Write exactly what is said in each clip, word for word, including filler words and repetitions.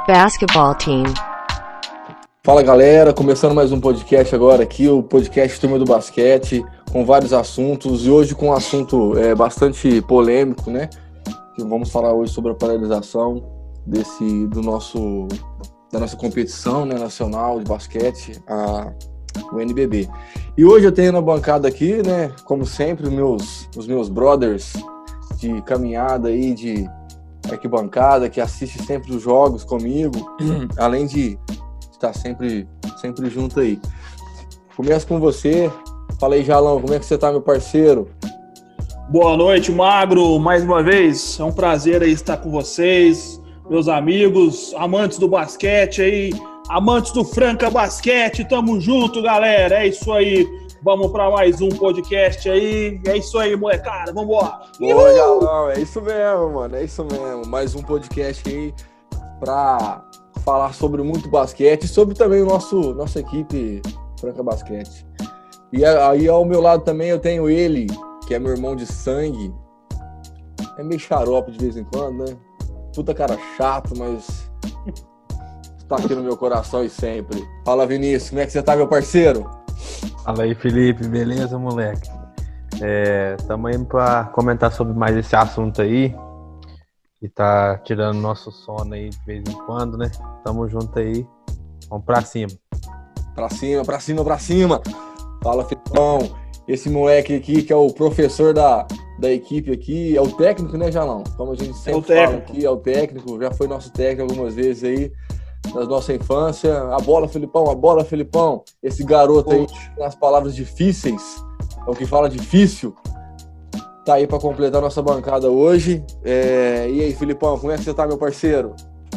basketball team. Fala galera, começando mais um podcast agora aqui, o podcast Turma do Basquete, com vários assuntos, e hoje com um assunto é, bastante polêmico, né? Que vamos falar hoje sobre a paralisação desse, do nosso, da nossa competição, né, nacional de basquete, a, o N B B. E hoje eu tenho na bancada aqui, né, como sempre, os meus, os meus brothers de caminhada aí, de arquibancada, que assiste sempre os jogos comigo, além de estar sempre, sempre junto aí. Começo com você. Fala aí, Jalão, como é que você tá, meu parceiro? Boa noite, Magro, mais uma vez, é um prazer aí estar com vocês, meus amigos, amantes do basquete aí, amantes do Franca Basquete, tamo junto, galera, é isso aí, vamos para mais um podcast aí, é isso aí, molecada, vambora! Boa, Jalão, é isso mesmo, mano, é isso mesmo, mais um podcast aí pra falar sobre muito basquete, sobre também o nosso, nossa equipe Franca Basquete. E aí ao meu lado também eu tenho ele, que é meu irmão de sangue, é meio xarope de vez em quando, né? Puta cara chato, mas tá aqui no meu coração e sempre. Fala, Vinícius, como é que você tá, meu parceiro? Fala aí, Felipe, beleza, moleque? É, tamo indo pra comentar sobre mais esse assunto aí, que tá tirando nosso sono aí de vez em quando, né? Tamo junto aí, vamos pra cima. Pra cima, pra cima, pra cima! Fala, Filipão! Esse moleque aqui, que é o professor da, da equipe aqui, é o técnico, né, Jalão? Como a gente sempre é fala aqui, é o técnico, já foi nosso técnico algumas vezes aí, na nossa infância. A bola, Filipão, a bola, Filipão. Esse garoto aí, nas palavras difíceis, é o que fala difícil, tá aí pra completar nossa bancada hoje. É... E aí, Filipão, como é que você tá, meu parceiro?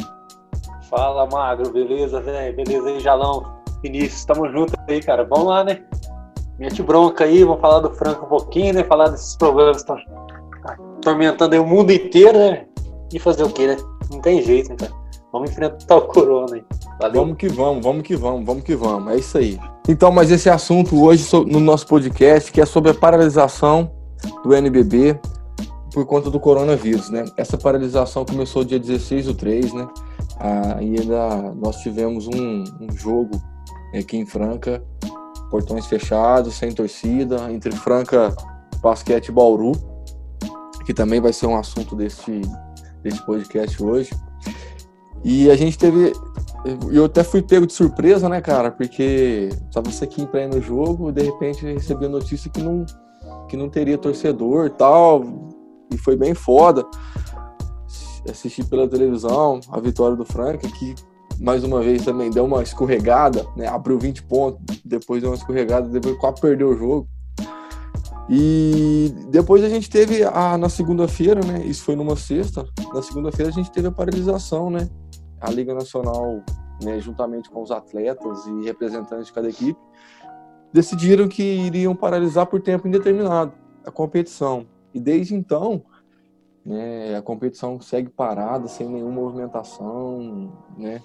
Fala, Magro, beleza, velho? Beleza aí, Jalão? Vinícius, tamo junto aí, cara. Vamos lá, né? Mete bronca aí, vamos falar do Franca um pouquinho, né? Falar desses problemas que estão atormentando aí o mundo inteiro, né? E fazer o quê, né? Não tem jeito, né, cara? Vamos enfrentar o corona aí. Valeu. Vamos que vamos, vamos que vamos, vamos que vamos. É isso aí. Então, mas esse assunto hoje no nosso podcast, que é sobre a paralisação do N B B por conta do coronavírus, né? Essa paralisação começou dia dezesseis do três, né? Ah, e ainda nós tivemos um, um jogo aqui em Franca, portões fechados, sem torcida, entre Franca Basquete e Bauru, que também vai ser um assunto desse, desse podcast hoje. E a gente teve... Eu até fui pego de surpresa, né, cara? Porque estava isso aqui pra ir no jogo e de repente recebi a notícia que não, que não teria torcedor e tal. E foi bem foda. Assisti pela televisão a vitória do Franca, que mais uma vez também deu uma escorregada, né? Abriu vinte pontos, depois deu uma escorregada, depois quase perdeu o jogo. E depois a gente teve, a, na segunda-feira, né? Isso foi numa sexta, na segunda-feira a gente teve a paralisação, né? A Liga Nacional, né, juntamente com os atletas e representantes de cada equipe, decidiram que iriam paralisar por tempo indeterminado a competição. E desde então, né, a competição segue parada, sem nenhuma movimentação, né?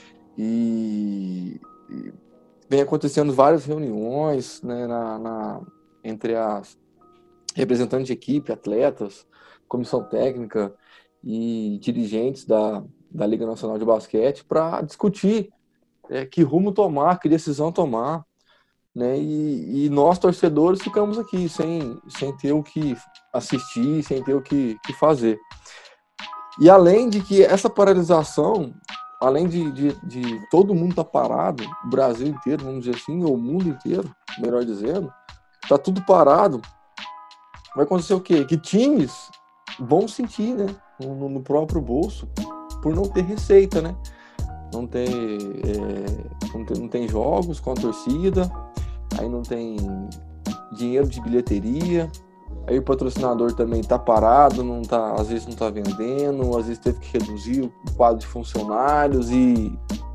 E, e vem acontecendo várias reuniões, né, na, na, entre as representantes de equipe, atletas, comissão técnica e dirigentes da, da Liga Nacional de Basquete para discutir é, que rumo tomar, que decisão tomar, né? E, e nós, torcedores, ficamos aqui sem, sem ter o que assistir, sem ter o que, que fazer. E além de que essa paralisação, além de, de, de todo mundo estar tá parado, o Brasil inteiro, vamos dizer assim, ou o mundo inteiro, melhor dizendo, tá tudo parado, vai acontecer o quê? Que times vão sentir, né, no, no próprio bolso, por não ter receita, né? Não ter, é, não tem, não tem jogos com a torcida, aí não tem dinheiro de bilheteria, aí o patrocinador também tá parado, não tá, às vezes não tá vendendo, às vezes teve que reduzir o quadro de funcionários e,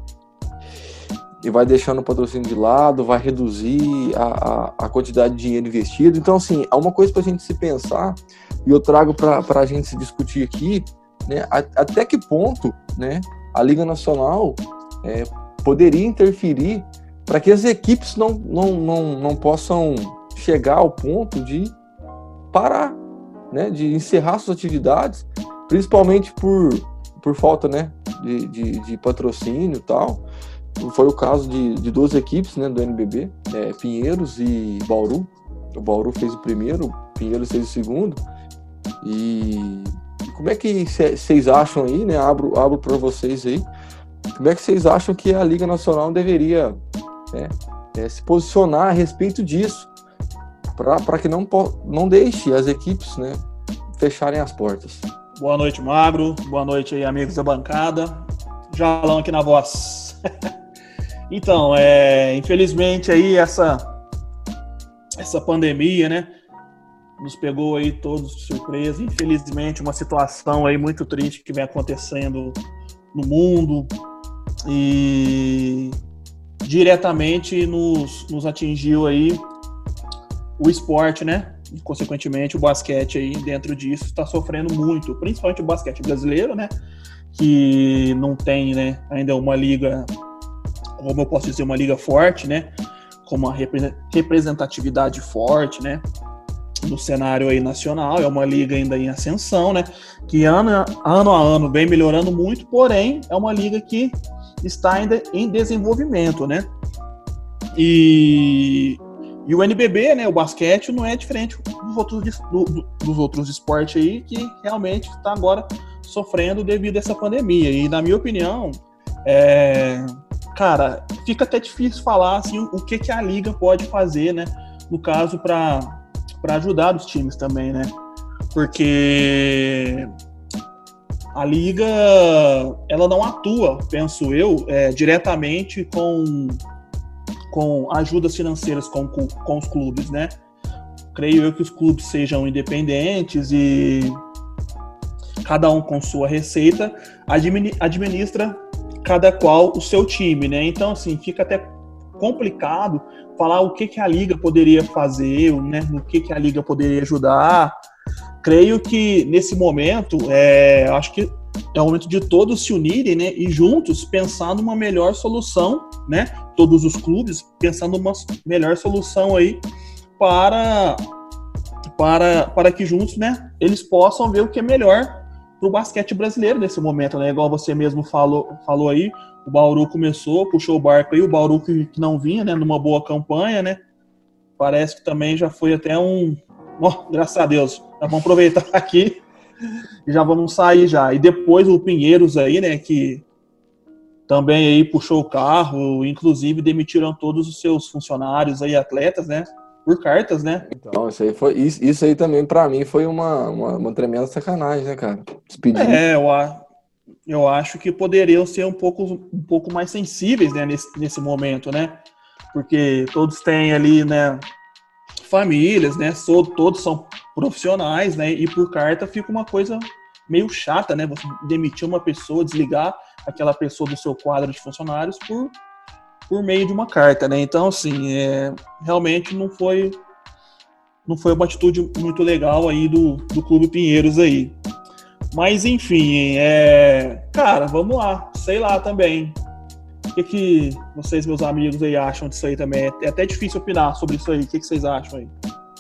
e vai deixando o patrocínio de lado, vai reduzir a, a, a quantidade de dinheiro investido. Então, assim, há uma coisa pra gente se pensar, e eu trago pra, pra gente se discutir aqui, né, a, até que ponto, né, a Liga Nacional é, poderia interferir para que as equipes não, não, não, não possam chegar ao ponto de parar, né, de encerrar suas atividades, principalmente por, por falta, né, de, de, de patrocínio e tal. Foi o caso de, de duas equipes, né, do N B B, é, Pinheiros e Bauru. O Bauru fez o primeiro, o Pinheiros fez o segundo. E como é que vocês acham aí, né? Abro, abro para vocês aí. Como é que vocês acham que a Liga Nacional deveria, né, é, se posicionar a respeito disso? Para que não, não deixe as equipes, né, fecharem as portas. Boa noite, Magro. Boa noite aí, amigos da bancada. Jalão aqui na voz. Então, é, infelizmente aí essa, essa pandemia, né, nos pegou aí todos de surpresa. Infelizmente, uma situação aí muito triste que vem acontecendo no mundo e diretamente nos, nos atingiu aí o esporte, né? E, consequentemente, o basquete aí dentro disso está sofrendo muito, principalmente o basquete brasileiro, né? Que não tem, né, ainda uma liga, como eu posso dizer, uma liga forte, né? Com uma representatividade forte, né? No cenário aí nacional, é uma liga ainda em ascensão, né? Que ano, ano a ano vem melhorando muito, porém é uma liga que está ainda em desenvolvimento, né? E, e o N B B, né? O basquete não é diferente dos outros, do, dos outros esportes aí que realmente está agora sofrendo devido a essa pandemia. E na minha opinião, é, cara, fica até difícil falar assim o, o que que a liga pode fazer, né? No caso para para ajudar os times também, né? Porque a liga, ela não atua, penso eu, é, diretamente com, com ajudas financeiras com, com os clubes, né? Creio eu que os clubes sejam independentes e cada um com sua receita administra cada qual o seu time, né? Então, assim, fica até complicado falar o que, que a liga poderia fazer, né? No que, que a liga poderia ajudar. Creio que nesse momento, é, acho que é o momento de todos se unirem, né? E juntos pensar numa melhor solução, né? Todos os clubes pensando numa melhor solução aí para, para, para que juntos, né? Eles possam ver o que é melhor para o basquete brasileiro nesse momento, né? Igual você mesmo falou, falou aí, o Bauru começou, puxou o barco aí, o Bauru que, que não vinha, né? Numa boa campanha, né? Parece que também já foi até um... Oh, graças a Deus, já vamos aproveitar aqui e já vamos sair já. E depois o Pinheiros aí, né, que também aí puxou o carro, inclusive demitiram todos os seus funcionários aí, atletas, né, por cartas, né. Então, isso aí, foi, isso, isso aí também pra mim foi uma, uma, uma tremenda sacanagem, né, cara? Despedir. É, eu, eu acho que poderiam ser um pouco, um pouco mais sensíveis, né, nesse, nesse momento, né, porque todos têm ali, né, famílias, né? Todos são profissionais, né? E por carta fica uma coisa meio chata, né? Você demitir uma pessoa, desligar aquela pessoa do seu quadro de funcionários por, por meio de uma carta, né? Então, assim, é, realmente não foi não foi uma atitude muito legal aí do, do Clube Pinheiros aí. Mas, enfim, é, cara, vamos lá. Sei lá também. O que, que vocês, meus amigos, aí acham disso aí também? É até difícil opinar sobre isso aí. O que, que vocês acham aí?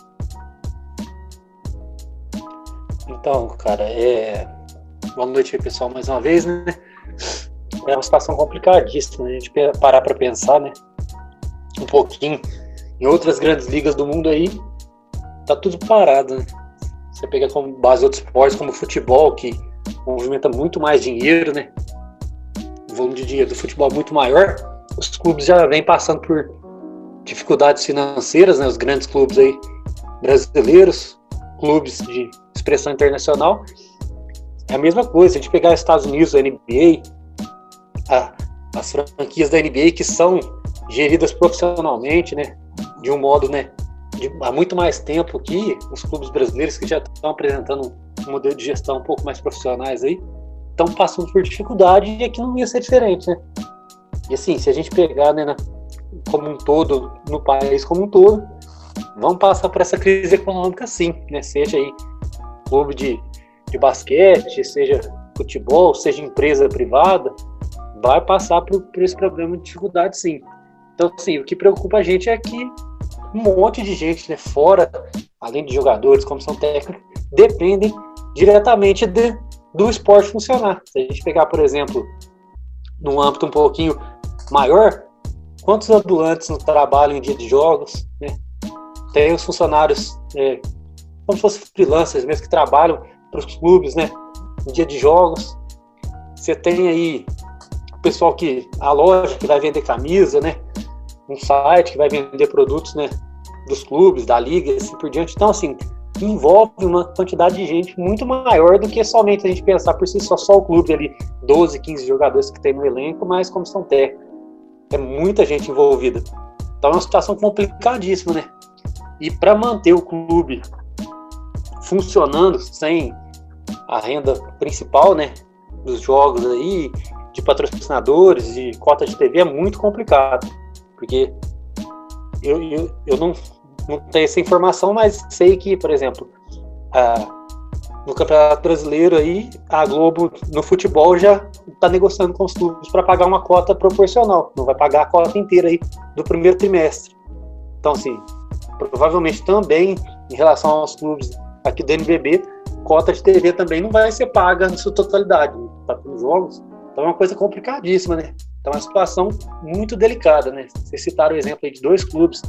Então, cara, é... boa noite aí, pessoal, mais uma vez, né? É uma situação complicadíssima, né? A gente parar para pensar, né? Um pouquinho. Em outras grandes ligas do mundo aí, tá tudo parado, né? Você pega como base outros esportes, como o futebol, que movimenta muito mais dinheiro, né? O volume de dinheiro do futebol é muito maior, os clubes já vêm passando por dificuldades financeiras, né? Os grandes clubes aí brasileiros, clubes de expressão internacional, é a mesma coisa. Se a gente pegar os Estados Unidos, a N B A, a, as franquias da N B A que são geridas profissionalmente, né? De um modo, né? De, há muito mais tempo que os clubes brasileiros que já estão apresentando um modelo de gestão um pouco mais profissionais aí, estão passando por dificuldade e aqui não ia ser diferente, né? E assim, se a gente pegar, né, na, como um todo, no país como um todo, vamos passar por essa crise econômica sim, né? Seja aí clube de, de basquete, seja futebol, seja empresa privada, vai passar por, por esse problema de dificuldade sim. Então, assim, o que preocupa a gente é que um monte de gente, né, fora, além de jogadores, comissão técnica, dependem diretamente de do esporte funcionar. Se a gente pegar, por exemplo, num âmbito um pouquinho maior, quantos ambulantes não trabalham em dia de jogos, né? Tem os funcionários, é, como se fossem freelancers mesmo, que trabalham para os clubes, né, em dia de jogos. Você tem aí o pessoal que, a loja que vai vender camisa, né, um site que vai vender produtos, né, dos clubes, da liga, assim por diante. Então, assim, envolve uma quantidade de gente muito maior do que somente a gente pensar por si só, só o clube ali, doze, quinze jogadores que tem no elenco, mas comissão técnica. É muita gente envolvida. Então é uma situação complicadíssima, né? E para manter o clube funcionando sem a renda principal, né, dos jogos aí, de patrocinadores, de cota de T V, é muito complicado. Porque eu, eu, eu não, não tenho essa informação, mas sei que, por exemplo, a, no Campeonato Brasileiro aí, a Globo no futebol já está negociando com os clubes para pagar uma cota proporcional, não vai pagar a cota inteira aí do primeiro trimestre. Então, assim, provavelmente também em relação aos clubes aqui do N B B, cota de T V também não vai ser paga na sua totalidade, tá com jogos. Então é uma coisa complicadíssima, né? Então é uma situação muito delicada, né? Vocês citaram o exemplo aí de dois clubes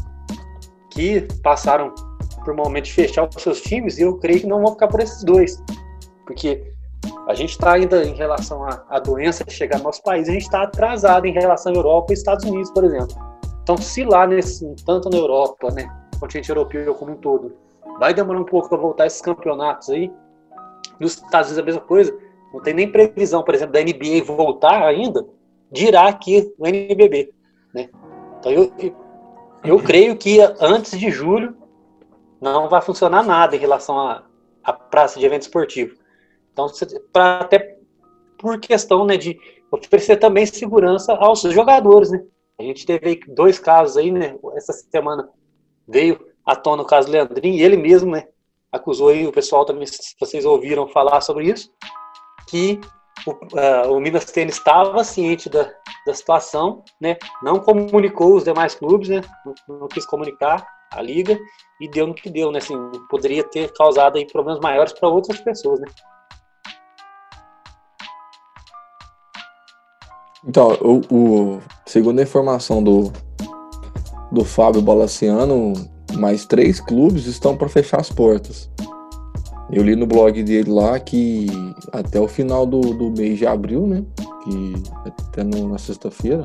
que passaram por momento de fechar os seus times, e eu creio que não vão ficar por esses dois, porque a gente está ainda em relação à, à doença chegar no nosso país, a gente está atrasado em relação à Europa e Estados Unidos, por exemplo. Então, se lá, nesse, tanto na Europa, né, continente europeu como um todo, vai demorar um pouco para voltar esses campeonatos aí, nos Estados Unidos a mesma coisa, não tem nem previsão, por exemplo, da N B A voltar ainda, dirá aqui o N B B, né? Então, eu, eu, eu creio que antes de julho não vai funcionar nada em relação à, à praça de evento esportivo. Então, pra, até por questão, né, de oferecer também segurança aos jogadores, né? A gente teve dois casos aí, né? Essa semana veio à tona o caso do Leandrinho, e ele mesmo, né, acusou aí, o pessoal também, se vocês ouviram falar sobre isso, que o, uh, o Minas Tênis estava ciente da, da situação, né? Não comunicou os demais clubes, né? Não, não quis comunicar a liga, e deu no que deu, né? Assim, poderia ter causado aí problemas maiores para outras pessoas, né? Então, o, o, segundo a informação do, do Fábio Balaciano, mais três clubes estão para fechar as portas. Eu li no blog dele lá que até o final do, do mês de abril, né? Que até no, na sexta-feira,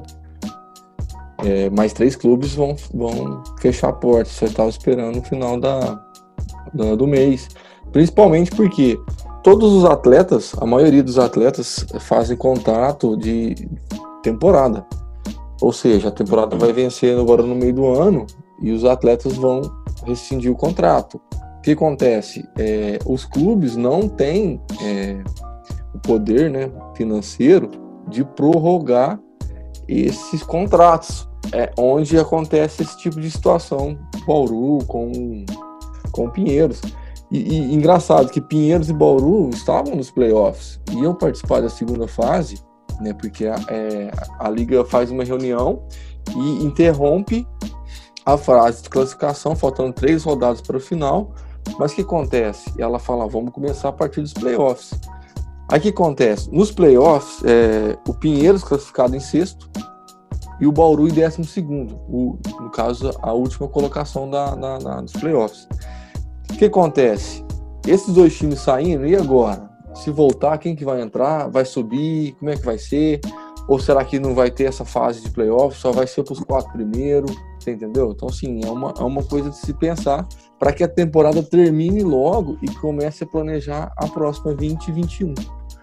é, mais três clubes vão, vão fechar a porta. Só estava esperando o final da, da, do mês. Principalmente porque todos os atletas, a maioria dos atletas fazem contrato de temporada. Ou seja, a temporada vai vencer agora no meio do ano e os atletas vão rescindir o contrato. O que acontece? É, os clubes não têm é, o poder, né, financeiro de prorrogar esses contratos. É onde acontece esse tipo de situação, Bauru com, com Pinheiros. E, e engraçado que Pinheiros e Bauru estavam nos playoffs, iam participar da segunda fase, né, porque a, é, a liga faz uma reunião e interrompe a fase de classificação, faltando três rodadas para o final. Mas o que acontece? Ela fala, vamos começar a partir dos playoffs. Aí o que acontece? Nos playoffs, é, o Pinheiros classificado em sexto e o Bauru em décimo segundo, o, no caso, a última colocação da, da, da, dos playoffs. O que acontece? Esses dois times saindo, e agora? Se voltar, quem que vai entrar? Vai subir? Como é que vai ser? Ou será que não vai ter essa fase de playoffs? Só vai ser para os quatro primeiros? Você entendeu? Então, sim, é uma, é uma coisa de se pensar para que a temporada termine logo e comece a planejar a próxima vinte e vinte e um.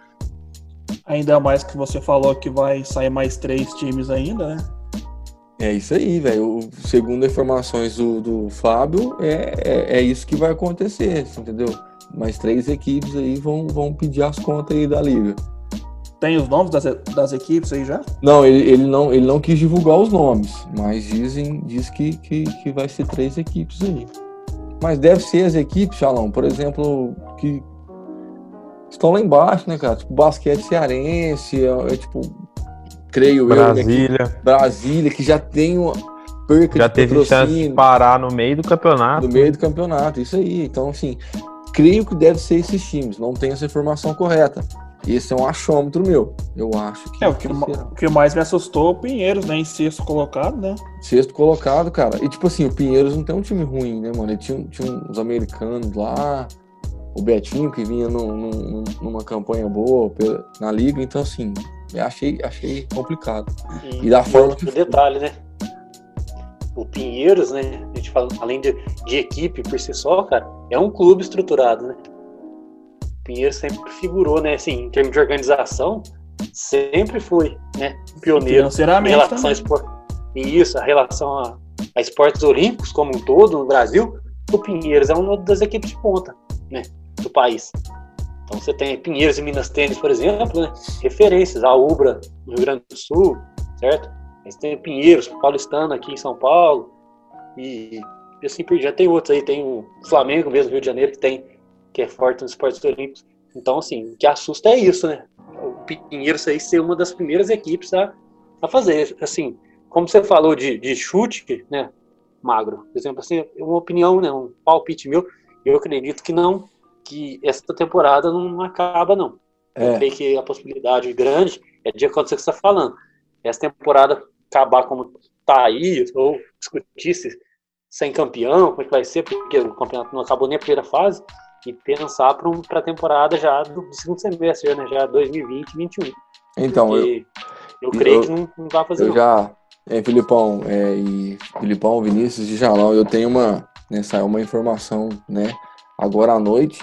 Ainda mais que você falou que vai sair mais três times ainda, né? É isso aí, velho. Segundo informações do, do Fábio, é, é, é isso que vai acontecer, entendeu? Mais três equipes aí vão, vão pedir as contas aí da liga. Tem os nomes das, das equipes aí já? Não, ele, ele não, ele não quis divulgar os nomes, mas dizem, diz que, que, que vai ser três equipes aí. Mas deve ser as equipes, Xalão, por exemplo, que estão lá embaixo, né, cara? Tipo, basquete cearense, é, é tipo, creio Brasília. eu. Brasília. Brasília, que já tem uma perca já de teve chance de parar no meio do campeonato. No meio do campeonato, isso aí. Então, assim, creio que deve ser esses times, não tenho essa informação correta. Esse é um achômetro meu. Eu acho que... É, o que, o que mais me assustou é o Pinheiros, né? Em sexto colocado, né? Sexto colocado, cara. E tipo assim, o Pinheiros não tem um time ruim, né, mano? Ele tinha, tinha uns americanos lá, o Betinho, que vinha num, num, numa campanha boa na liga. Então, assim, eu achei, achei complicado. E, e da e forma outro que... detalhe, né? O Pinheiros, né? A gente fala, além de, de equipe por si só, cara, é um clube estruturado, né? Pinheiro sempre figurou, né, assim, em termos de organização, sempre foi, né, pioneiro em relação a esporte. E isso, a relação a, a esportes olímpicos como um todo no Brasil, o Pinheiros é uma das equipes de ponta, né, do país. Então você tem Pinheiros e Minas Tênis, por exemplo, né, referências, a Ubra no Rio Grande do Sul, certo? Aí você tem o Pinheiros, Paulistano aqui em São Paulo, e, e assim por diante. Tem outros aí, tem o Flamengo mesmo, Rio de Janeiro, que tem que é forte nos esportes olímpicos. Então, assim, o que assusta é isso, né? O Pinheiros aí ser uma das primeiras equipes a, a fazer. Assim, como você falou de, de chute, né, Magro? Por exemplo, assim, uma opinião, né, um palpite meu, eu acredito que não, que essa temporada não acaba, não. É. Eu creio que a possibilidade grande é de acontecer o que você está falando. Essa temporada acabar como tá aí, ou discutir-se sem campeão, como é que vai ser, porque o campeonato não acabou nem a primeira fase, e pensar para um, a temporada já do segundo semestre, né? Já dois mil e vinte, vinte e um. Então, eu, eu creio eu, que não, não vai fazer eu não. já, é, Filipão, é, e Filipão, Vinícius e Jalão, eu tenho uma, né, saiu uma informação, né, agora à noite,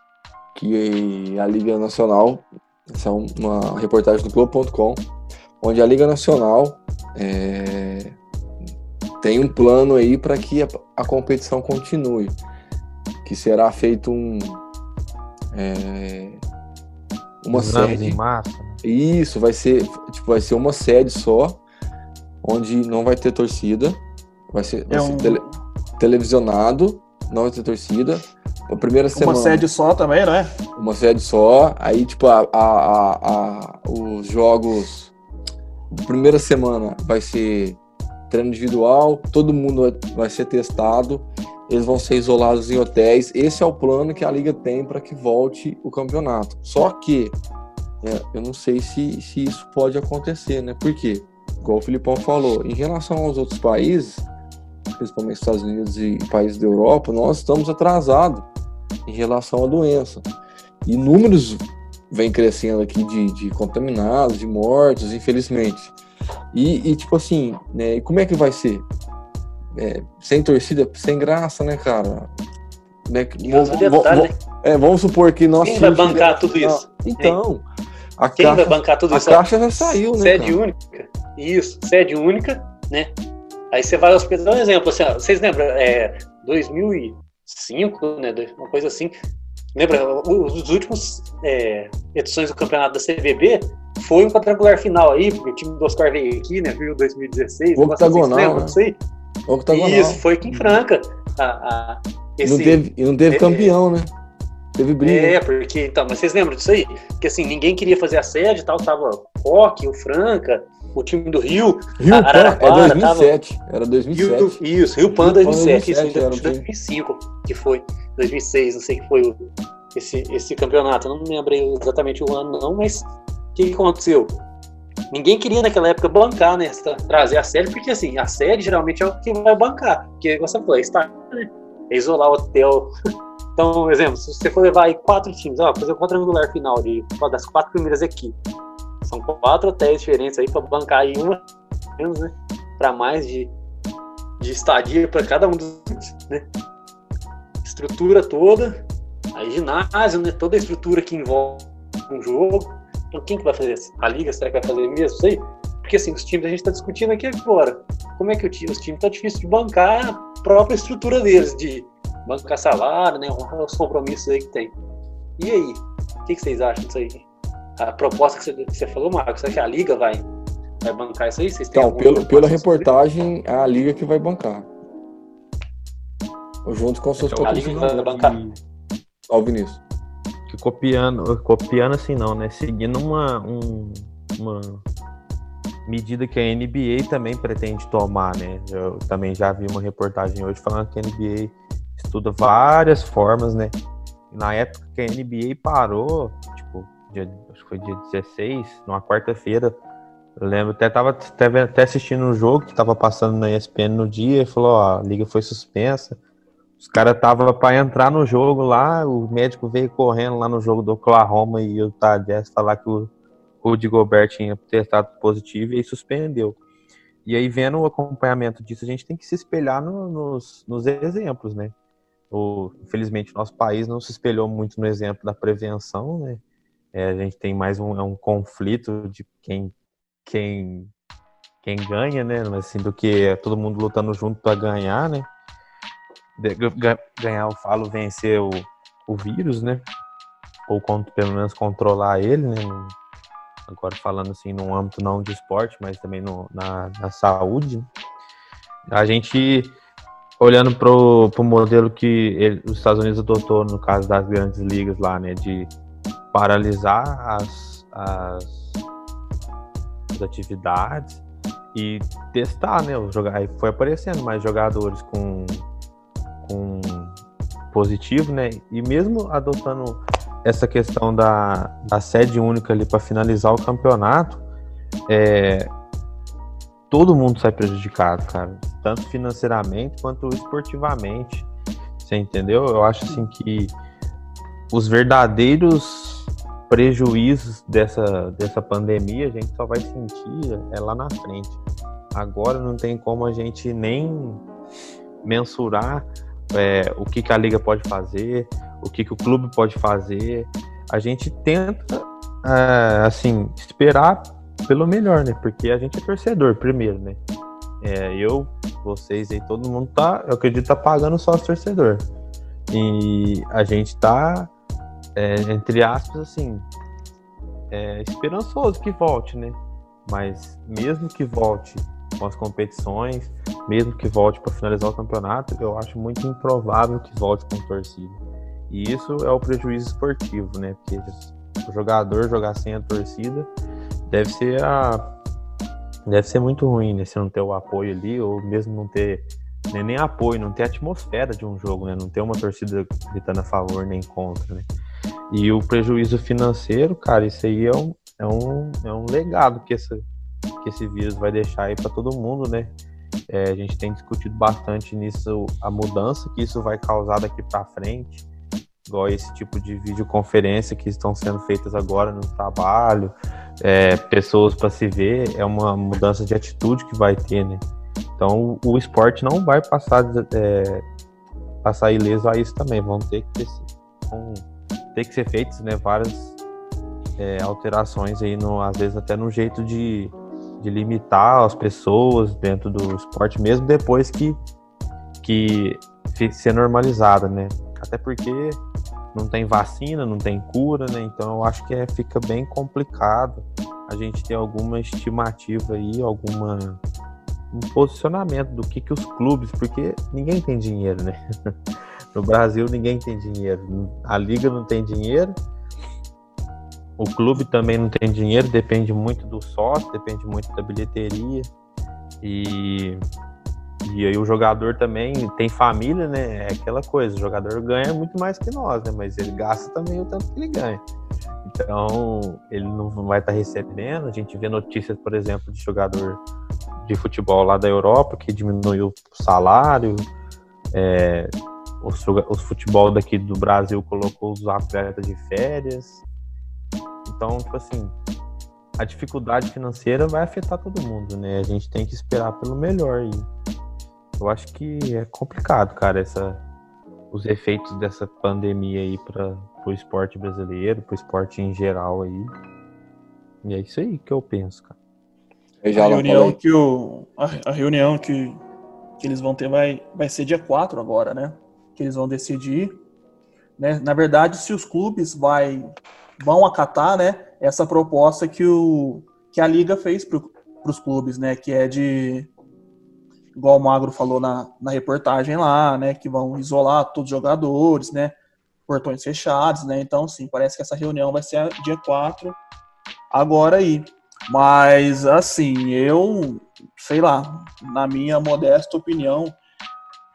que a Liga Nacional, essa é uma reportagem do Globo ponto com, onde a Liga Nacional é, tem um plano aí para que a, a competição continue. Que será feito um é, uma Exames sede em massa. Isso, vai ser tipo, vai ser uma sede só, onde não vai ter torcida, vai ser, vai é ser um... tele, televisionado, não vai ter torcida. A primeira semana, uma sede só também, não é? Uma sede só, aí tipo a, a, a, a, os jogos, primeira semana vai ser treino individual, todo mundo vai, vai ser testado. Eles vão ser isolados em hotéis. Esse é o plano que a Liga tem para que volte o campeonato. Só que é, eu não sei se, se isso pode acontecer, né? Por quê? Igual o Filipão falou, em relação aos outros países, principalmente Estados Unidos e países da Europa, nós estamos atrasados em relação à doença. E números vêm crescendo aqui de, de contaminados, de mortos, infelizmente. E, e tipo assim, né, como é que vai ser? É, sem torcida, sem graça, né, cara? Né, vamos, detalhe, vamos, né? é, vamos supor que nós... Quem vai bancar tudo isso? Então, a Quem caixa, vai bancar tudo a isso? A caixa já saiu, né, Sede cara? única. Isso, sede única, né? Aí você vai hospedar, um exemplo, assim, ó, vocês lembram, é, dois mil e cinco, né, uma coisa assim, lembra, os últimos é, edições do campeonato da C B B foi um quadrangular final aí, porque o time do Oscar veio aqui, né, viu, dois mil e dezesseis, o octagonal, assim, né? Isso aí? Octagonal. Isso, foi aqui em Franca. A, a, esse, não teve, e não teve é, campeão, né? Teve briga. É, porque, então, mas vocês lembram disso aí? Que assim, ninguém queria fazer a sede e tal, tava o Coque, o Franca, o time do Rio. Rio Pan, é dois mil e sete, tava... era dois mil e sete. Rio, isso, Rio Pan dois mil e sete, isso era dois mil e cinco, que foi, dois mil e seis, não sei que foi o, esse, esse campeonato, eu não me lembro exatamente o ano não, mas o que, que aconteceu? Ninguém queria naquela época bancar, né, trazer a sede, porque assim, a sede geralmente é o que vai bancar, porque você falou, é estádio, né, é isolar o hotel. Então, por exemplo, se você for levar aí quatro times, ó, fazer o quadrangular final de, das quatro primeiras equipes, são quatro hotéis diferentes aí para bancar aí uma, né, para mais de, de estadia para cada um dos, né, estrutura toda, aí ginásio, né, toda a estrutura que envolve um jogo. Então quem que vai fazer isso? A Liga, será que vai fazer mesmo isso aí? Porque assim, os times, a gente está discutindo aqui agora, como é que o time, os times tá difícil de bancar a própria estrutura deles, de bancar salário, né, os compromissos aí que tem. E aí, o que, que vocês acham disso aí? A proposta que você, que você falou, Marcos, será que a Liga vai, vai bancar isso aí? Vocês têm então, pelo, pela reportagem, é a Liga que vai bancar. Junto com seus então, patrocinadores. A Liga vai bancar. Ó, o Vinícius. Que copiando, copiando assim não, né? Seguindo uma, um, uma medida que a N B A também pretende tomar, né? Eu também já vi uma reportagem hoje falando que a N B A estuda várias formas, né, na época que a N B A parou, tipo, dia, acho que foi dia dezesseis, numa quarta-feira, eu lembro, até tava até, até assistindo um jogo que tava passando na E S P N no dia, e falou, ó, a liga foi suspensa. Os caras estavam para entrar no jogo lá, o médico veio correndo lá no jogo do Oklahoma e o Utah Jazz falar que o Rudy Gobert tinha testado positivo e aí suspendeu. E aí, vendo o acompanhamento disso, a gente tem que se espelhar no, nos, nos exemplos, né? O, infelizmente, nosso país não se espelhou muito no exemplo da prevenção, né? É, a gente tem mais um, é um conflito de quem, quem, quem ganha, né? Assim, do que todo mundo lutando junto para ganhar, né? Ganhar, eu falo, vencer o, o vírus, né? Ou pelo menos controlar ele, né? Agora falando assim, num âmbito não de esporte, mas também no, na, na saúde. Né? A gente, olhando pro, pro modelo que ele, os Estados Unidos adotou no caso das grandes ligas lá, né? De paralisar as, as, as atividades e testar, né? Os joga- aí foi aparecendo mais jogadores com com positivo, né? E mesmo adotando essa questão da, da sede única ali para finalizar o campeonato, é, todo mundo sai prejudicado, cara, tanto financeiramente quanto esportivamente. Você entendeu? Eu acho assim que os verdadeiros prejuízos dessa, dessa pandemia a gente só vai sentir é lá na frente. Agora não tem como a gente nem mensurar É, o que, que a liga pode fazer, o que, que o clube pode fazer. A gente tenta, é, assim, esperar pelo melhor, né? Porque a gente é torcedor, primeiro, né? É, eu, vocês aí, todo mundo tá, eu acredito, tá pagando sócio torcedor. E a gente tá, é, entre aspas, assim, é, esperançoso que volte, né? Mas mesmo que volte com as competições, mesmo que volte para finalizar o campeonato, eu acho muito improvável que volte com torcida. E isso é o prejuízo esportivo, né? Porque o jogador jogar sem a torcida deve ser a deve ser muito ruim, né? Se não ter o apoio ali, ou mesmo não ter nem, nem apoio, não ter a atmosfera de um jogo, né? Não ter uma torcida gritando a favor nem contra, né? E o prejuízo financeiro, cara, isso aí é um, é um, é um legado que essa que esse vírus vai deixar aí para todo mundo, né? É, a gente tem discutido bastante nisso, a mudança que isso vai causar daqui para frente, igual esse tipo de videoconferência que estão sendo feitas agora no trabalho, é, pessoas para se ver, é uma mudança de atitude que vai ter, né? Então o, o esporte não vai passar, é, passar ileso a isso também, vão ter que ter, vão ter que ser feitas, né, várias é, alterações aí, no, às vezes até no jeito de de limitar as pessoas dentro do esporte, mesmo depois que, que ser normalizada, né? Até porque não tem vacina, não tem cura, né? Então eu acho que é, fica bem complicado a gente ter alguma estimativa aí, alguma um posicionamento do que, que os clubes, porque ninguém tem dinheiro, né? No Brasil ninguém tem dinheiro, a liga não tem dinheiro, o clube também não tem dinheiro, depende muito do sócio, depende muito da bilheteria. E, e aí o jogador também tem família, né? É aquela coisa, o jogador ganha muito mais que nós, né? Mas ele gasta também o tanto que ele ganha. Então, ele não vai estar recebendo. A gente vê notícias, por exemplo, de jogador de futebol lá da Europa que diminuiu o salário. É, os, os futebol daqui do Brasil colocou os atletas de férias. Então, tipo assim, a dificuldade financeira vai afetar todo mundo, né? A gente tem que esperar pelo melhor. E eu acho que é complicado, cara, essa, os efeitos dessa pandemia aí para o esporte brasileiro, para o esporte em geral aí. E é isso aí que eu penso, cara. A reunião que, o, a, a reunião que, que eles vão ter vai, vai ser dia quatro agora, né? Que eles vão decidir. Né? Na verdade, se os clubes vai... vão acatar, né, essa proposta que, o, que a Liga fez para os clubes, né, que é de, igual o Magro falou na, na reportagem lá, né, que vão isolar todos os jogadores, né, portões fechados, né, então, sim, parece que essa reunião vai ser dia quatro, agora aí. Mas, assim, eu, sei lá, na minha modesta opinião,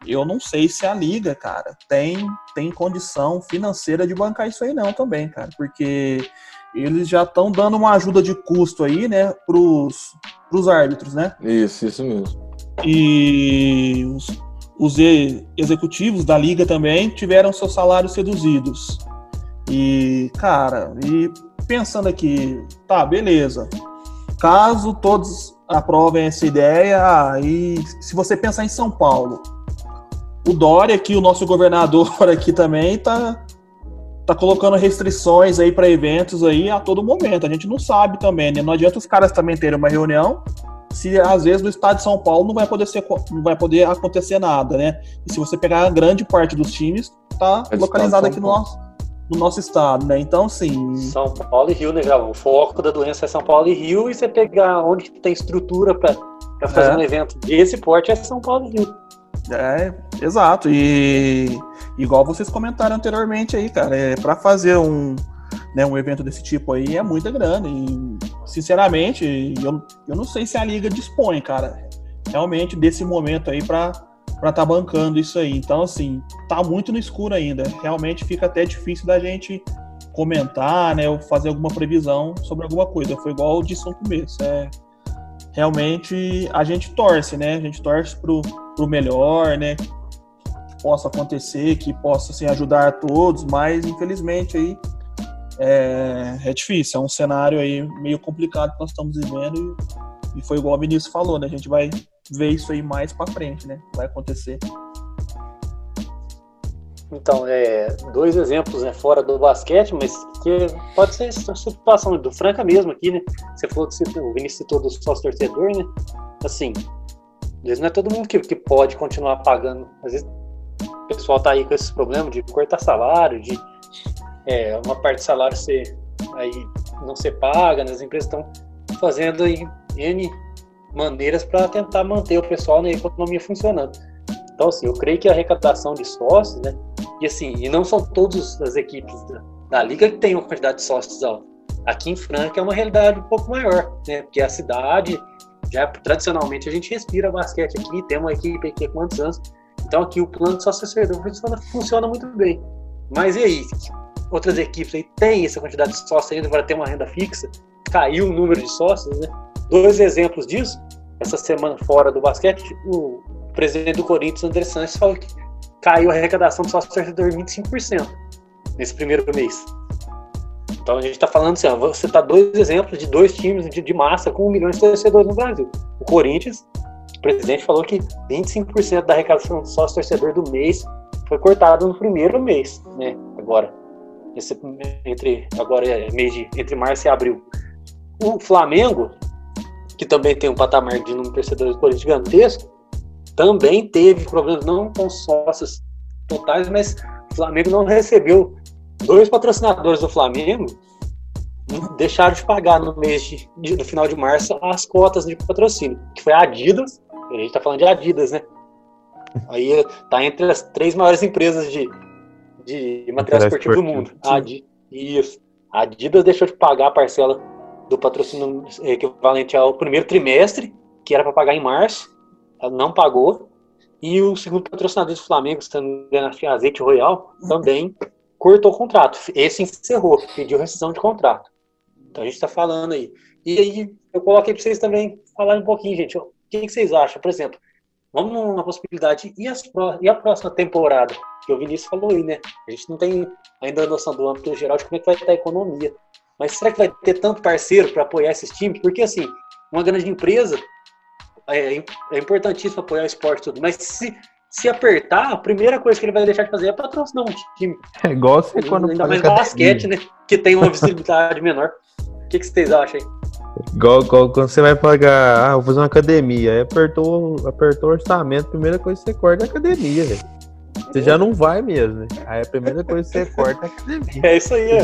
eu não sei se a Liga, cara, tem, tem condição financeira de bancar isso aí não também, cara, porque eles já estão dando uma ajuda de custo aí, né, pros, pros árbitros, né? Isso, isso mesmo. E os, os executivos da Liga também tiveram seus salários reduzidos. E, cara, e pensando aqui, tá, beleza. Caso todos aprovem essa ideia, aí se você pensar em São Paulo, o Dória aqui, o nosso governador aqui também, tá, tá colocando restrições aí para eventos aí a todo momento. A gente não sabe também, né? Não adianta os caras também terem uma reunião se às vezes no estado de São Paulo não vai poder, ser, não vai poder acontecer nada, né? E se você pegar a grande parte dos times, tá É localizado aqui no nosso, no nosso estado, né? Então, sim. São Paulo e Rio, né, Gravão? O foco da doença é São Paulo e Rio, e você pegar onde tem estrutura para fazer É. um evento desse porte é São Paulo e Rio. É, exato. E igual vocês comentaram anteriormente aí, cara, é, para fazer um, né, um evento desse tipo aí é muita grana. E, sinceramente, eu, eu não sei se a Liga dispõe, cara, realmente desse momento aí para para tá bancando isso aí. Então, assim, tá muito no escuro ainda. Realmente fica até difícil da gente comentar, né, ou fazer alguma previsão sobre alguma coisa. Foi igual eu disse no começo. É, realmente a gente torce, né? A gente torce pro, pro melhor, né? Que possa acontecer, que possa assim, ajudar a todos, mas infelizmente aí é, é difícil. É um cenário aí meio complicado que nós estamos vivendo e, e foi igual o Vinícius falou, né? A gente vai ver isso aí mais pra frente, né? Vai acontecer. Então, é, dois exemplos, né, fora do basquete, mas que pode ser a situação do Franca mesmo aqui, né? Você falou que o Vinícius citou do sócio torcedor, né? Assim, às vezes não é todo mundo que, que pode continuar pagando. Às vezes o pessoal tá aí com esses problemas de cortar salário, de é, uma parte do salário ser, aí, não ser paga, né? As empresas estão fazendo aí N maneiras para tentar manter o pessoal na economia funcionando. Então, assim, eu creio que a arrecadação de sócios, né? E assim, e não são todas as equipes da, da Liga que têm uma quantidade de sócios alta. Aqui em Franca é uma realidade um pouco maior, né? Porque a cidade, já tradicionalmente a gente respira basquete aqui, tem uma equipe aqui há quantos anos. Então aqui o plano de sócio-torcedor funciona, funciona muito bem. Mas e aí? Outras equipes aí têm essa quantidade de sócios ainda para ter uma renda fixa? Caiu o número de sócios, né? Dois exemplos disso. Essa semana fora do basquete, o presidente do Corinthians, André Sanches, falou que caiu a arrecadação do sócio-torcedor em vinte e cinco por cento nesse primeiro mês. Então a gente está falando assim, ó, você está dois exemplos de dois times de, de massa com um milhão de torcedores no Brasil. O Corinthians, o presidente falou que vinte e cinco por cento da arrecadação do sócio-torcedor do mês foi cortado no primeiro mês, né? Agora, esse, entre, agora é mês de, entre março e abril. O Flamengo, que também tem um patamar de número de torcedores do Corinthians gigantesco, também teve problemas não com sócios totais, mas o Flamengo não recebeu. Dois patrocinadores do Flamengo deixaram de pagar no mês de, de, no final de março as cotas de patrocínio, que foi a Adidas, a gente está falando de Adidas, né? Aí tá entre as três maiores empresas de, de material esportivo do mundo. A Adidas, isso. A Adidas deixou de pagar a parcela do patrocínio equivalente ao primeiro trimestre, que era para pagar em março, ela não pagou, e o segundo patrocinador do Flamengo, se não me engano, a Azeite Royal, também cortou o contrato. Esse encerrou, pediu rescisão de contrato. Então a gente está falando aí. E aí eu coloquei para vocês também falarem um pouquinho, gente. O que, que vocês acham? Por exemplo, vamos numa possibilidade, e, as, e a próxima temporada? Que o Vinícius falou aí, né? A gente não tem ainda a noção do âmbito geral de como é que vai estar a economia. Mas será que vai ter tanto parceiro para apoiar esses times? Porque, assim, uma grande empresa é, é importantíssimo apoiar o esporte e tudo, mas se, se apertar, a primeira coisa que ele vai deixar de fazer é patrocinar um time. É igual você quando ainda faz mais basquete, né? Que tem uma visibilidade menor. O que, que vocês acham aí? Igual, igual quando você vai pagar, ah, vou fazer uma academia, aí apertou, apertou o orçamento, a primeira coisa que você corta é a academia, velho. Você já não vai mesmo, né? Aí a primeira coisa que você corta é a academia. É isso aí, é.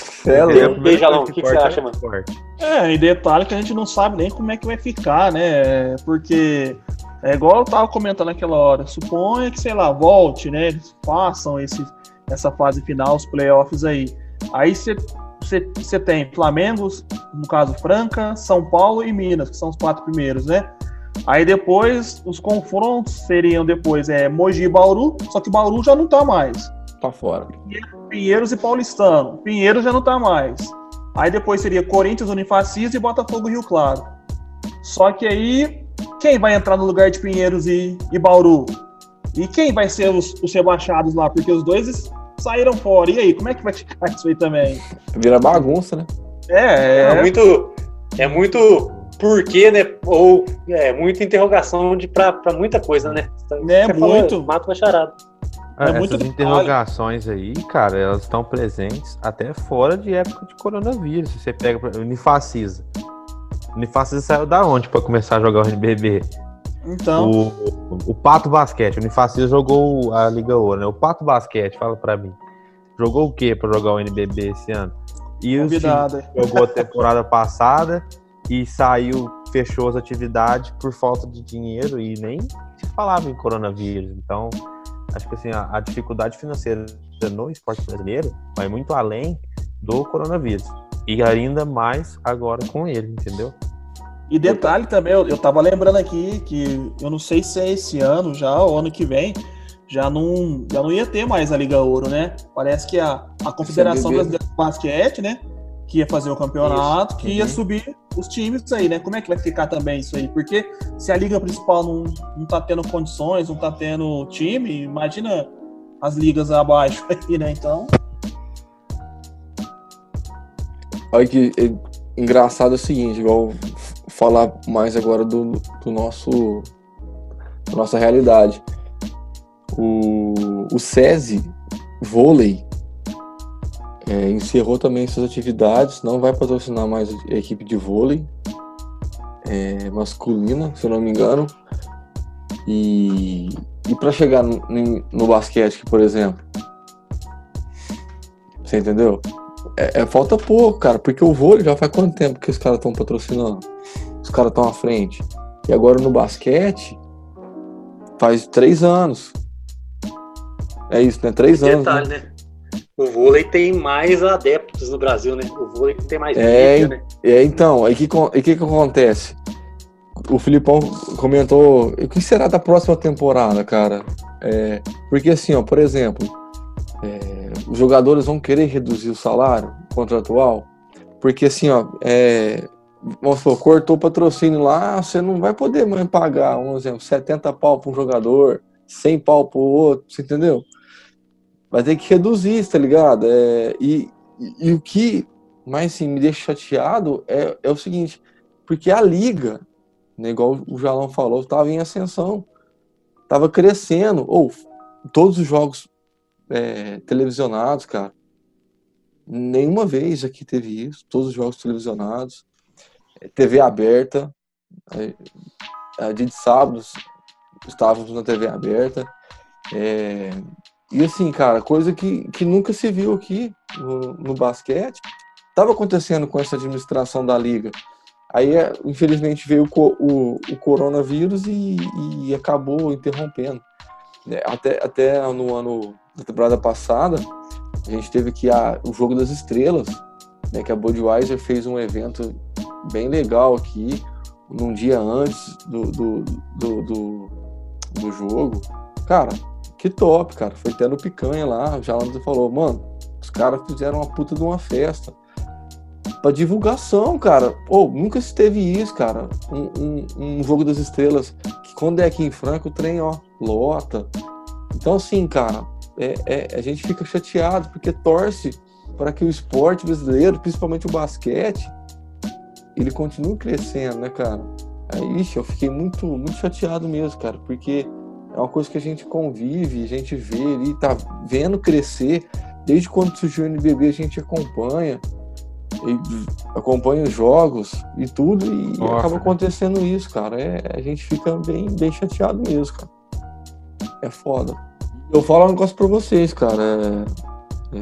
É, Beija lá, o que, que você acha, mano? É, e detalhe que a gente não sabe nem como é que vai ficar, né? Porque é igual eu tava comentando naquela hora. Suponha que, sei lá, volte, né? Eles façam esse, essa fase final, os playoffs aí. Aí você tem Flamengo, no caso Franca, São Paulo e Minas, que são os quatro primeiros, né? Aí depois, os confrontos seriam depois é, Mogi e Bauru, só que Bauru já não tá mais. Tá fora. Pinheiros e Paulistano. Pinheiros já não tá mais. Aí depois seria Corinthians, Unifacisa e Botafogo Rio Claro. Só que aí, quem vai entrar no lugar de Pinheiros e, e Bauru? E quem vai ser os, os rebaixados lá? Porque os dois saíram fora. E aí, como é que vai ficar isso aí também? Vira bagunça, né? É, é... é muito... É muito... Porquê, né? Ou é muita interrogação de, pra, pra muita coisa, né? É, muito. Mata uma charada. É, É muito essas detalhe. interrogações aí, cara, elas estão presentes até fora de época de coronavírus. Se você pega o Unifacisa. O Unifacisa saiu da onde pra começar a jogar o N B B? Então. O, o Pato Basquete. O Unifacisa jogou a Liga Ouro, né? O Pato Basquete, fala pra mim. Jogou o que pra jogar o N B B esse ano? E o time jogou a temporada passada e saiu, fechou as atividades por falta de dinheiro e nem se falava em coronavírus. Então, acho que assim, a, a dificuldade financeira no esporte brasileiro vai muito além do coronavírus. E ainda mais agora com ele, entendeu? E detalhe também, eu, eu tava lembrando aqui que eu não sei se é esse ano já ou ano que vem, já não, já não ia ter mais a Liga Ouro, né? Parece que a, a Confederação Brasileira de Basquete, né? Que ia fazer o campeonato, isso. que ia uhum. subir os times aí, né? Como é que vai ficar também isso aí? Porque se a liga principal não, não tá tendo condições, não tá tendo time, imagina as ligas abaixo aí, né? Então... Olha que é, engraçado é o seguinte, igual falar mais agora do, do nosso da nossa realidade. O, o SESI Vôlei É, encerrou também suas atividades, não vai patrocinar mais a equipe de vôlei é, masculina, se eu não me engano. E, e para chegar no, no basquete, por exemplo, você entendeu? É, é, falta pouco, cara, porque o vôlei já faz quanto tempo que os caras estão patrocinando? Os caras estão à frente. E agora no basquete, faz três anos. É isso, né? Três Detalhe, anos. Né? né? O vôlei tem mais adeptos no Brasil, né? O vôlei tem mais é, mídia, né? É, então, aí que o que, que acontece? O Filipão comentou, o que será da próxima temporada, cara? É, porque assim, ó, por exemplo, é, os jogadores vão querer reduzir o salário contratual, porque assim, ó, é, vamos supor, cortou o patrocínio lá, você não vai poder mais pagar, um exemplo, setenta pau para um jogador, cem pau para o outro, você entendeu? Vai ter que reduzir, tá ligado? É, e, e, e o que mais assim, me deixa chateado é, é o seguinte, porque a liga, né, igual o Jalão falou, estava em ascensão, estava crescendo, ou todos os jogos é, televisionados, cara, nenhuma vez aqui teve isso, todos os jogos televisionados, T V aberta, a dia de sábados estávamos na T V aberta, é, e assim, cara, coisa que, que nunca se viu aqui no, no basquete, estava acontecendo com essa administração da liga. Aí, infelizmente, veio o, o, o coronavírus e, e acabou interrompendo. Até, até no ano da temporada passada, a gente teve aqui a, o Jogo das Estrelas, né, que a Budweiser fez um evento bem legal aqui, num dia antes do, do, do, do, do jogo. Cara, que top, cara. Foi até no Picanha lá, o Jalando falou, mano, os caras fizeram uma puta de uma festa. Pra divulgação, cara. Pô, nunca se teve isso, cara. Um, um, um Jogo das Estrelas, que quando é aqui em Franca, o trem, ó, lota. Então, assim, cara, é, é, a gente fica chateado, porque torce para que o esporte brasileiro, principalmente o basquete, ele continue crescendo, né, cara? Aí, ixi, eu fiquei muito, muito chateado mesmo, cara, porque é uma coisa que a gente convive, a gente vê ali, tá vendo crescer. Desde quando surgiu o N B B, a gente acompanha. acompanha os jogos e tudo, e Nossa, acaba acontecendo isso, cara. É, a gente fica bem, bem chateado mesmo, cara. É foda. Eu falo um negócio pra vocês, cara. É,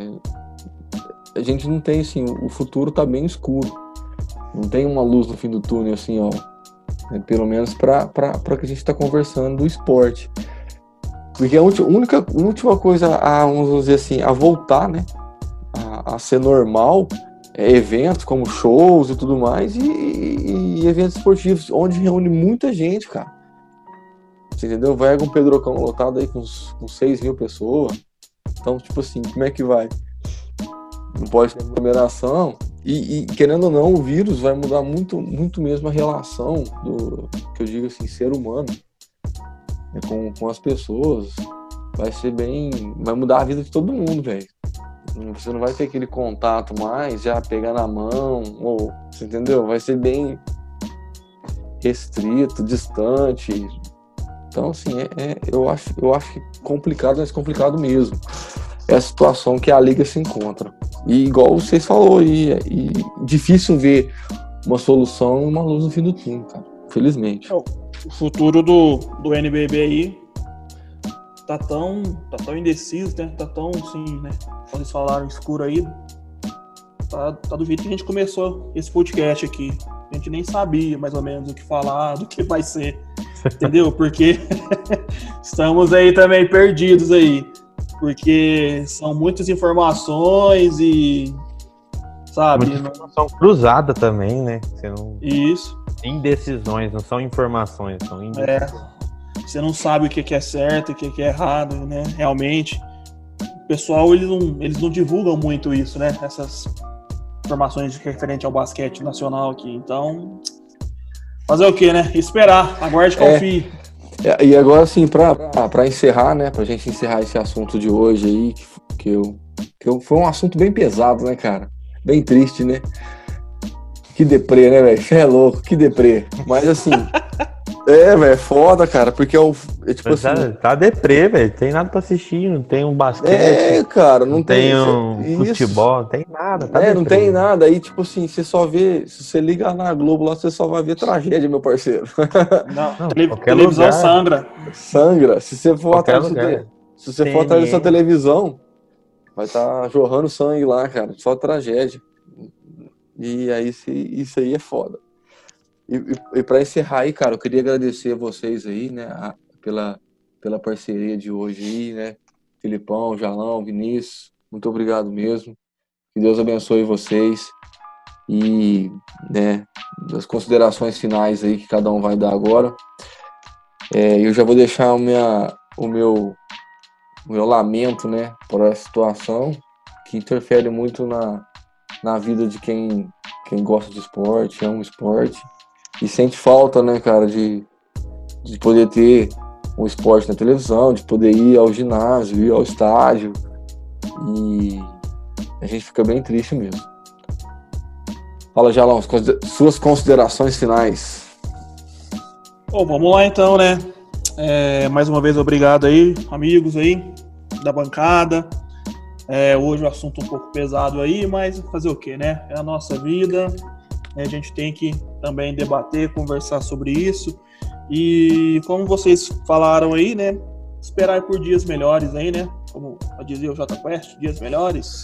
é, a gente não tem, assim, o futuro tá bem escuro. Não tem uma luz no fim do túnel, assim, ó. É, pelo menos pra, pra, pra que a gente tá conversando do esporte. Porque a única, a última coisa a, vamos dizer assim, a voltar, né? A, a ser normal, é, eventos como shows e tudo mais, e, e, e eventos esportivos, onde reúne muita gente, cara. Você entendeu? Vai com o Pedrocão lotado aí com, com seis mil pessoas. Então, tipo assim, como é que vai? Não pode ter aglomeração. E, e, querendo ou não, o vírus vai mudar muito, muito mesmo a relação do, que eu digo assim, ser humano, né, com, com as pessoas. Vai ser bem... Vai mudar a vida de todo mundo, velho. Você não vai ter aquele contato mais, já pegar na mão, ou... Você entendeu? Vai ser bem restrito, distante... Então, assim, é, é, eu, acho, eu acho que complicado, mas complicado mesmo. É a situação que a Liga se encontra. E igual vocês falaram, e, e difícil ver uma solução e uma luz no fim do túnel, cara. Felizmente. O futuro do, do N B B aí tá tão, tá tão indeciso, né? Tá tão, assim, né? Quando eles falaram escuro aí, tá, tá do jeito que a gente começou esse podcast aqui. A gente nem sabia mais ou menos o que falar, do que vai ser. Entendeu? Porque estamos aí também perdidos aí. Porque são muitas informações e... Sabe? Muita informação cruzada também, né? Você não... Isso. Indecisões, não são informações, são indecisões. É. Você não sabe o que é certo, o que é errado, né? Realmente. O pessoal, eles não, eles não divulgam muito isso, né? Essas informações referentes ao basquete nacional aqui. Então... Fazer o quê, né? Esperar. Aguarde e confie. É, e agora, assim, pra, pra encerrar, né? Pra gente encerrar esse assunto de hoje aí, que, que, eu, que eu, foi um assunto bem pesado, né, cara? Bem triste, né? Que deprê, né, velho? É louco, que deprê. Mas, assim... É, velho, é foda, cara, porque é o... É, tipo assim, tá, tá deprê, velho. Tem nada pra assistir, não tem um basquete. É, cara, não, não tem... tem um isso. futebol, não tem nada. Tá é, deprê, não tem nada. Aí, tipo assim, você só vê... Se você liga na Globo lá, você só vai ver tragédia, meu parceiro. Não, Não, tele, qualquer televisão lugar. sangra. Sangra. Se você for Qualquer atrás, lugar. de, se você for atrás da sua televisão, vai estar tá jorrando sangue lá, cara. Só tragédia. E aí, isso aí é foda. E, e, e para encerrar aí, cara, eu queria agradecer a vocês aí, né, a, pela, pela parceria de hoje aí, né, Filipão, Jalão, Vinícius, muito obrigado mesmo, que Deus abençoe vocês e, né, das considerações finais aí que cada um vai dar agora, é, eu já vou deixar o, minha, o, meu, o meu lamento, né, por essa situação que interfere muito na, na vida de quem, quem gosta de esporte, é um esporte. E sente falta, né, cara, de, de poder ter um esporte na televisão, de poder ir ao ginásio, ir ao estádio. E a gente fica bem triste mesmo. Fala, Jalão, suas considerações finais. Bom, vamos lá então, né? É, mais uma vez, obrigado aí, amigos aí da bancada. É, hoje o assunto um pouco pesado aí, mas fazer o quê, né? É a nossa vida. A gente tem que também debater, conversar sobre isso. E como vocês falaram aí, né? Esperar por dias melhores aí, né? Como dizia o Jota Quest, dias melhores.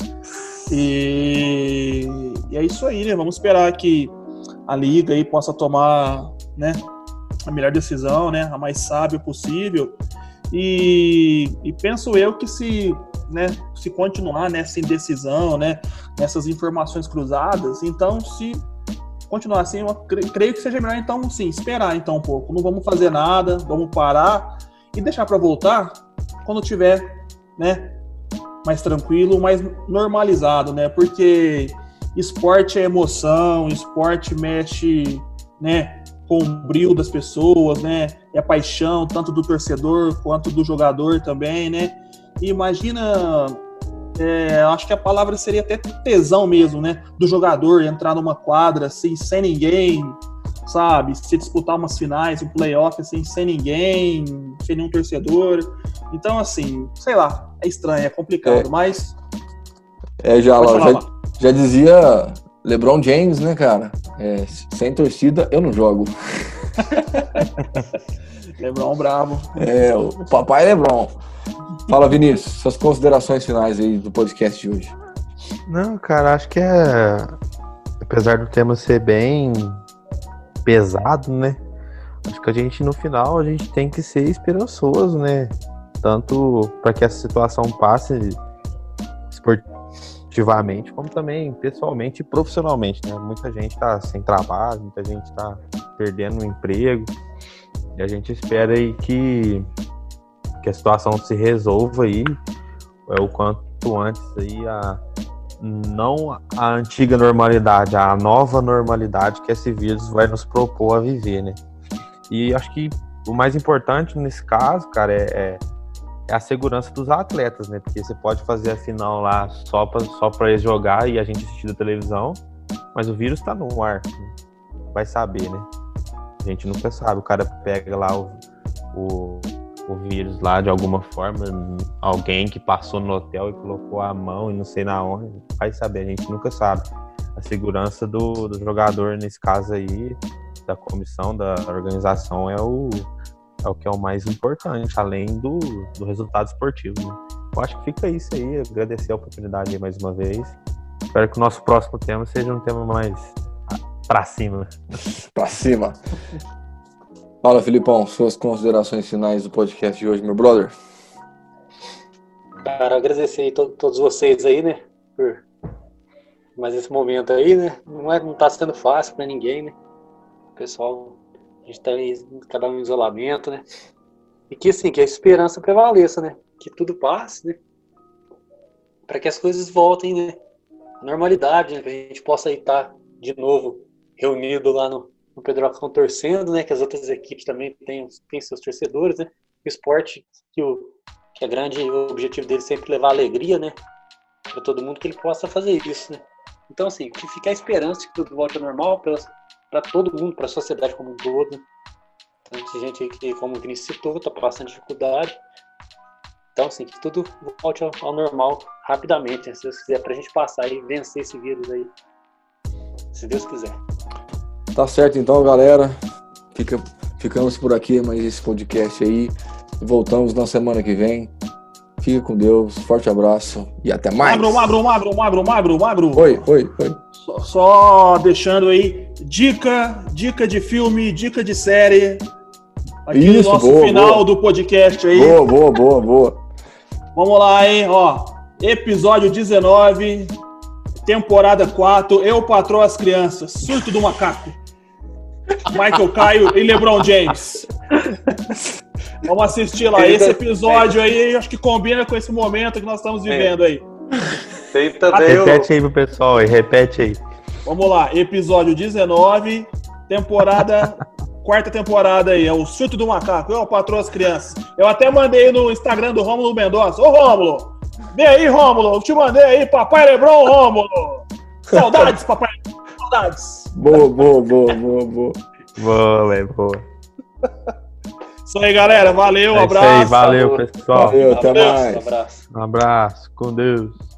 E... e é isso aí, né? Vamos esperar que a Liga aí possa tomar, né, a melhor decisão, né? A mais sábia possível. E, e penso eu que se, né, se continuar nessa indecisão, né? Nessas informações cruzadas, então se continuar assim, eu creio que seja melhor, então, sim, esperar então um pouco. Não vamos fazer nada, vamos parar e deixar para voltar quando tiver, né, mais tranquilo, mais normalizado, né? Porque esporte é emoção, esporte mexe, né, com o brilho das pessoas, né? É paixão, tanto do torcedor quanto do jogador também, né? E imagina... É, acho que a palavra seria até tesão mesmo, né? Do jogador entrar numa quadra assim, sem ninguém, sabe? Se disputar umas finais, um playoff assim, sem ninguém, sem nenhum torcedor. Então, assim, sei lá, é estranho, é complicado, é. mas... É, já, já, já dizia LeBron James, né, cara? É, sem torcida, eu não jogo. LeBron bravo. É, o papai LeBron. Fala, Vinícius, suas considerações finais aí do podcast de hoje. Não, cara, acho que é... Apesar do tema ser bem pesado, né? Acho que a gente, no final, a gente tem que ser esperançoso, né? Tanto para que essa situação passe esportivamente, como também pessoalmente e profissionalmente, né? Muita gente está sem trabalho, muita gente está perdendo o emprego, e a gente espera aí que, que a situação se resolva aí é, o quanto antes aí, a, não a antiga normalidade, a nova normalidade que esse vírus vai nos propor a viver, né? E acho que o mais importante nesse caso, cara, é, é é a segurança dos atletas, né? Porque você pode fazer a final lá só pra, só pra eles jogar e a gente assistir da televisão, mas o vírus tá no ar. Vai saber, né? A gente nunca sabe. O cara pega lá o, o, o vírus lá de alguma forma, alguém que passou no hotel e colocou a mão e não sei na onde. Vai saber, a gente nunca sabe. A segurança do, do jogador, nesse caso aí, da comissão, da organização, é o... é o que é o mais importante, além do, do resultado esportivo, né? Eu acho que fica isso aí, agradecer a oportunidade aí mais uma vez. Espero que o nosso próximo tema seja um tema mais pra cima. Pra cima. Fala, Filipão, suas considerações finais do podcast de hoje, meu brother. Cara, agradecer aí to- todos vocês aí, né, por mais esse momento aí, né? Não, é, não tá sendo fácil pra ninguém, né? O pessoal... A gente tá aí, cada um em isolamento, né? E que, assim, que a esperança prevaleça, né? Que tudo passe, né? Para que as coisas voltem, né? À normalidade, né? Que a gente possa aí estar de novo reunido lá no, no Pedrocão torcendo, né? Que as outras equipes também têm, têm seus torcedores, né? O esporte, que o que é grande o objetivo dele é sempre levar alegria, né? Para todo mundo, que ele possa fazer isso, né? Então, assim, que ficar a esperança de que tudo volte ao normal, pelas para todo mundo, para a sociedade como um todo. Então, tem gente aí que, como o Vinícius citou, está passando dificuldade. Então, assim, que tudo volte ao, ao normal rapidamente, né? Se Deus quiser, para a gente passar e vencer esse vírus aí. Se Deus quiser. Tá certo, então, galera. Fica, ficamos por aqui, mais esse podcast aí. Voltamos na semana que vem. Fica com Deus, forte abraço e até mais. Magro, magro, magro, magro, magro, magro. Oi, oi, oi. Só, só deixando aí, dica, dica de filme, dica de série. Aqui Isso, no nosso boa, final boa. do podcast aí. Boa, boa, boa, boa. Vamos lá, hein, ó. Episódio dezenove, temporada quatro, Eu, Patroa, as Crianças, Surto do Macaco. Michael Caio e LeBron James. Vamos assistir lá. Esse episódio aí, acho que combina com esse momento que nós estamos vivendo aí. Tem também Repete aí pro pessoal aí, repete aí. Vamos lá, episódio dezenove, temporada, quarta temporada aí, é o Surto do Macaco, eu, Patroa, as Crianças. Eu até mandei no Instagram do Rômulo Mendonça. Ô, Rômulo, vem aí, Rômulo, eu te mandei aí, Papai Lebron, Rômulo. Saudades, Papai Lebron, saudades. Boa, boa, boa, boa, boa. Boa, velho, boa. Isso aí, galera, valeu, um É isso abraço. aí, valeu, pessoal. Valeu, até Abraço, mais. abraço. Um abraço, com Deus.